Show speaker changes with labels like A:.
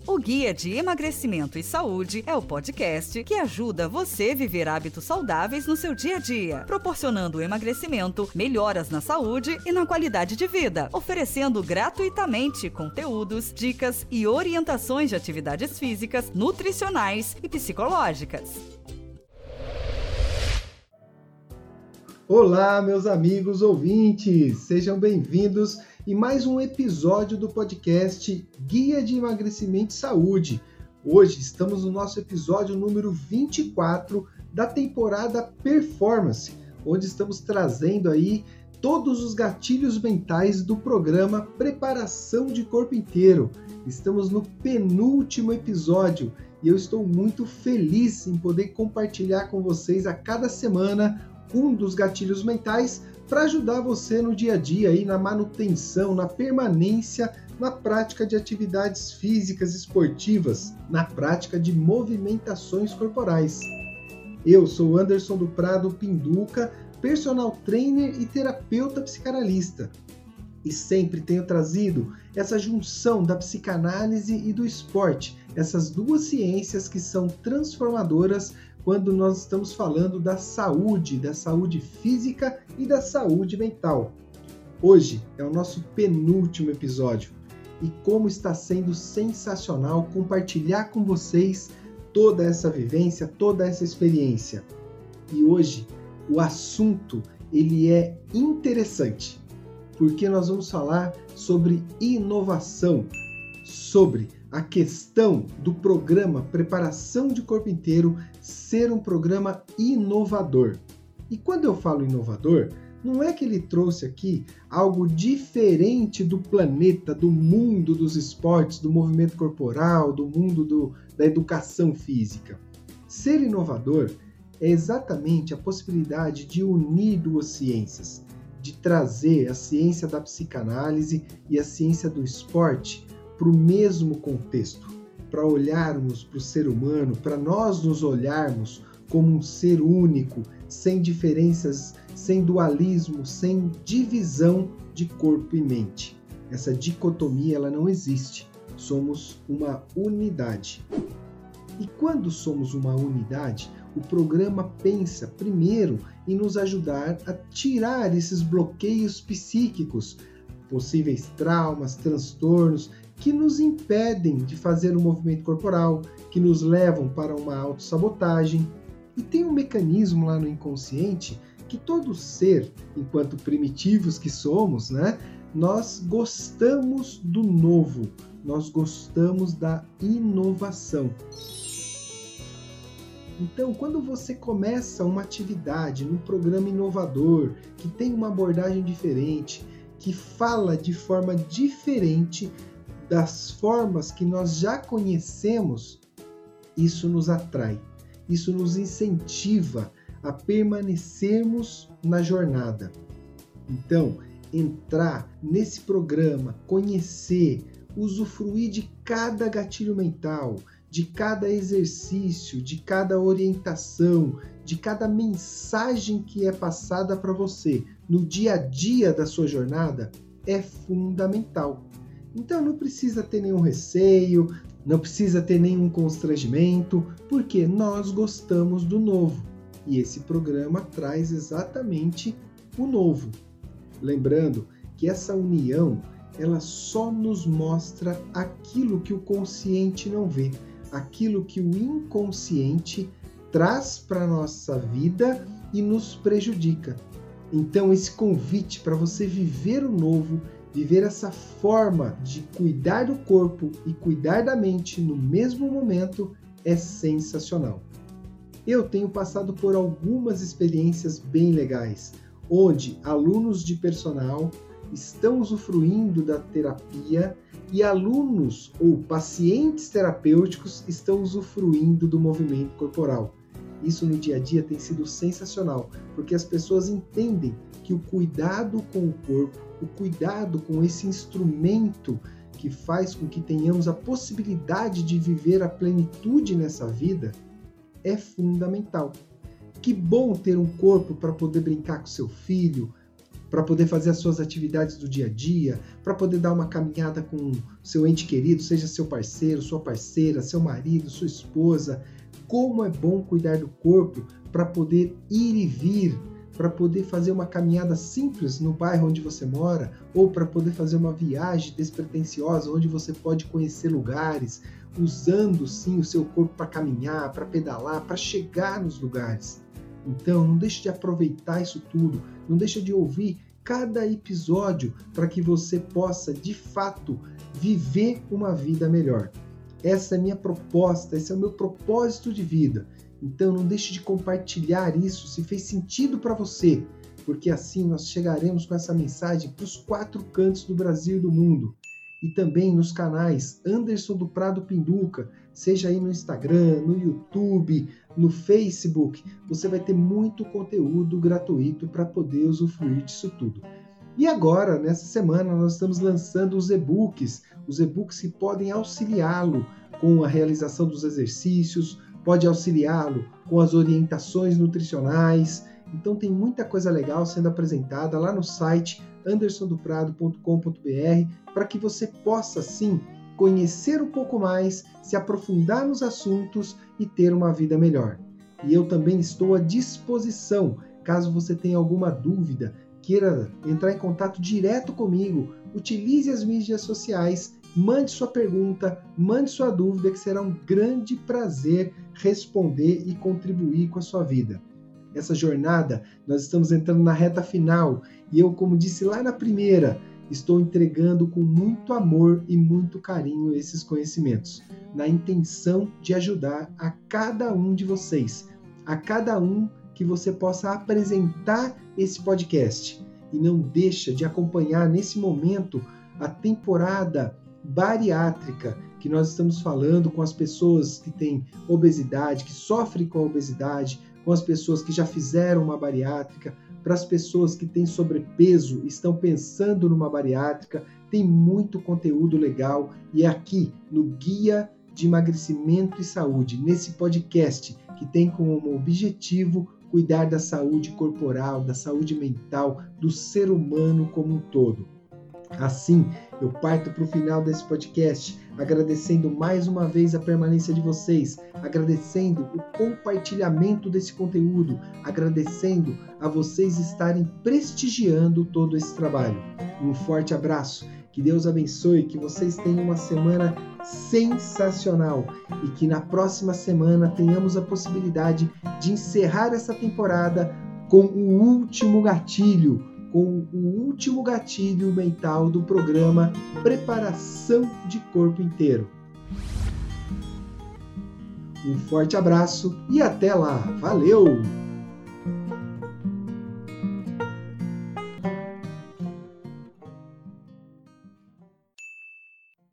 A: O Guia de Emagrecimento e Saúde é o podcast que ajuda você a viver hábitos saudáveis no seu dia a dia, proporcionando emagrecimento, melhoras na saúde e na qualidade de vida, oferecendo gratuitamente conteúdos, dicas e orientações de atividades físicas, nutricionais e psicológicas.
B: Olá, meus amigos ouvintes! Sejam bem-vindos em mais um episódio do podcast Guia de Emagrecimento e Saúde. Hoje estamos no nosso episódio número 24 da temporada Performance, onde estamos trazendo aí todos os gatilhos mentais do programa Preparação de Corpo Inteiro. Estamos no penúltimo episódio e eu estou muito feliz em poder compartilhar com vocês a cada semana um dos gatilhos mentais para ajudar você no dia a dia, aí, na manutenção, na permanência, na prática de atividades físicas esportivas, na prática de movimentações corporais. Eu sou Anderson do Prado Pinduca, personal trainer e terapeuta psicanalista. E sempre tenho trazido essa junção da psicanálise e do esporte, essas duas ciências que são transformadoras quando nós estamos falando da saúde física e da saúde mental. Hoje é o nosso penúltimo episódio e como está sendo sensacional compartilhar com vocês toda essa vivência, toda essa experiência. E hoje o assunto ele é interessante, porque nós vamos falar sobre inovação, sobre a questão do programa Preparação de Corpo Inteiro ser um programa inovador. E quando eu falo inovador, não é que ele trouxe aqui algo diferente do planeta, do mundo dos esportes, do movimento corporal, do mundo da educação física. Ser inovador é exatamente a possibilidade de unir duas ciências, de trazer a ciência da psicanálise e a ciência do esporte para o mesmo contexto, para olharmos para o ser humano, para nós nos olharmos como um ser único, sem diferenças, sem dualismo, sem divisão de corpo e mente. Essa dicotomia ela não existe, somos uma unidade. E quando somos uma unidade, o programa pensa primeiro em nos ajudar a tirar esses bloqueios psíquicos, possíveis traumas, transtornos, que nos impedem de fazer um movimento corporal, que nos levam para uma autossabotagem. E tem um mecanismo lá no inconsciente que todo ser, enquanto primitivos que somos, nós gostamos do novo, nós gostamos da inovação. Então, quando você começa uma atividade num programa inovador, que tem uma abordagem diferente, que fala de forma diferente das formas que nós já conhecemos, isso nos atrai, isso nos incentiva a permanecermos na jornada. Então, entrar nesse programa, conhecer, usufruir de cada gatilho mental, de cada exercício, de cada orientação, de cada mensagem que é passada para você no dia a dia da sua jornada é fundamental. Então não precisa ter nenhum receio, não precisa ter nenhum constrangimento, porque nós gostamos do novo. E esse programa traz exatamente o novo. Lembrando que essa união, ela só nos mostra aquilo que o consciente não vê, aquilo que o inconsciente traz para a nossa vida e nos prejudica. Então esse convite para você viver o novo, viver essa forma de cuidar do corpo e cuidar da mente no mesmo momento é sensacional. Eu tenho passado por algumas experiências bem legais, onde alunos de personal estão usufruindo da terapia e alunos ou pacientes terapêuticos estão usufruindo do movimento corporal. Isso no dia a dia tem sido sensacional, porque as pessoas entendem que o cuidado com o corpo, o cuidado com esse instrumento que faz com que tenhamos a possibilidade de viver a plenitude nessa vida, é fundamental. Que bom ter um corpo para poder brincar com seu filho, para poder fazer as suas atividades do dia a dia, para poder dar uma caminhada com seu ente querido, seja seu parceiro, sua parceira, seu marido, sua esposa. Como é bom cuidar do corpo para poder ir e vir, para poder fazer uma caminhada simples no bairro onde você mora, ou para poder fazer uma viagem despretensiosa onde você pode conhecer lugares, usando sim o seu corpo para caminhar, para pedalar, para chegar nos lugares. Então, não deixe de aproveitar isso tudo, não deixe de ouvir cada episódio para que você possa, de fato, viver uma vida melhor. Essa é a minha proposta, esse é o meu propósito de vida. Então, não deixe de compartilhar isso se fez sentido para você, porque assim nós chegaremos com essa mensagem para os 4 cantos do Brasil e do mundo. E também nos canais Anderson do Prado Pinduca, seja aí no Instagram, no YouTube, no Facebook, você vai ter muito conteúdo gratuito para poder usufruir disso tudo. E agora, nessa semana, nós estamos lançando os e-books que podem auxiliá-lo com a realização dos exercícios, pode auxiliá-lo com as orientações nutricionais. Então tem muita coisa legal sendo apresentada lá no site andersondoprado.com.br para que você possa, sim, conhecer um pouco mais, se aprofundar nos assuntos e ter uma vida melhor. E eu também estou à disposição, caso você tenha alguma dúvida, queira entrar em contato direto comigo, utilize as mídias sociais, mande sua pergunta, mande sua dúvida, que será um grande prazer responder e contribuir com a sua vida. Essa jornada, nós estamos entrando na reta final e eu, como disse lá na primeira, estou entregando com muito amor e muito carinho esses conhecimentos, na intenção de ajudar a cada um de vocês, a cada um que você possa apresentar esse podcast. E não deixa de acompanhar nesse momento a temporada bariátrica, que nós estamos falando com as pessoas que têm obesidade, que sofrem com a obesidade, com as pessoas que já fizeram uma bariátrica, para as pessoas que têm sobrepeso, estão pensando numa bariátrica. Tem muito conteúdo legal e aqui no Guia de Emagrecimento e Saúde, nesse podcast que tem como objetivo cuidar da saúde corporal, da saúde mental, do ser humano como um todo. Assim, eu parto para o final desse podcast, agradecendo mais uma vez a permanência de vocês, agradecendo o compartilhamento desse conteúdo, agradecendo a vocês estarem prestigiando todo esse trabalho. Um forte abraço, que Deus abençoe, que vocês tenham uma semana sensacional e que na próxima semana tenhamos a possibilidade de encerrar essa temporada com o último gatilho mental do programa Preparação de Corpo Inteiro. Um forte abraço e até lá. Valeu!